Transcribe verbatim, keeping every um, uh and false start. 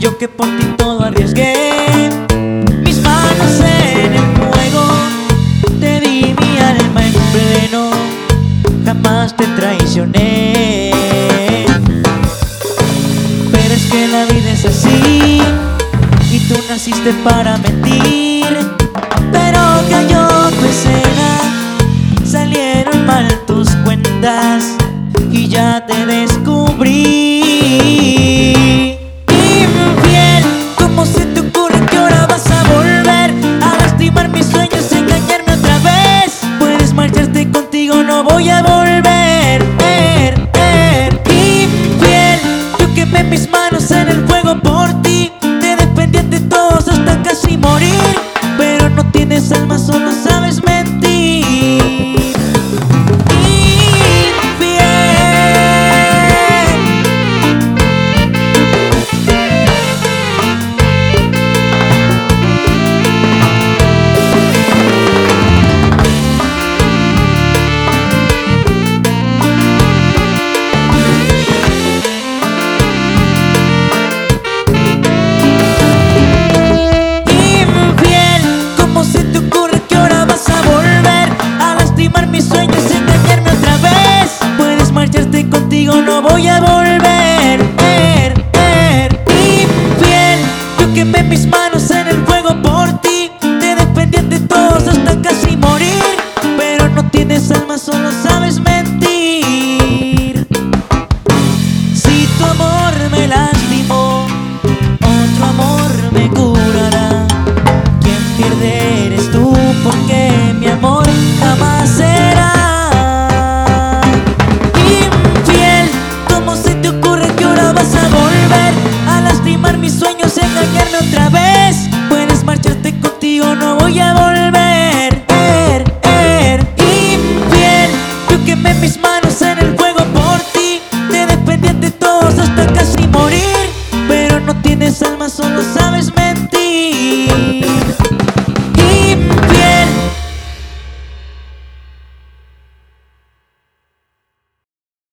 Yo que por ti todo arriesgué, mis manos en el fuego, te di mi alma en pleno, jamás te traicioné. Pero es que la vida es así, y tú naciste para mentir. Pero cayó tu escena, salieron mal tus cuentas, y ya te descubrí. Infiel, ¿cómo se te ocurre que ahora vas a volver a lastimar mis sueños, engañarme otra vez? Puedes marcharte, contigo no voy a volver. Er, er. Infiel, yo quemé mis manos en el fuego por ti, te defendí ante todos hasta casi morir. Pero no tienes alma, solo sabes mentir. Contigo no voy a volver. Er, er. Infiel, yo quemé mis manos en el fuego por ti, te defendí ante todos hasta casi morir. Pero no tienes alma, solo sabes mentir. Si tu amor me lastimó, otro amor me curará. Quien pierde eres tú, porque mi amor jamás será. Mis sueños, engañarme otra vez. Puedes marcharte, contigo no voy a volver.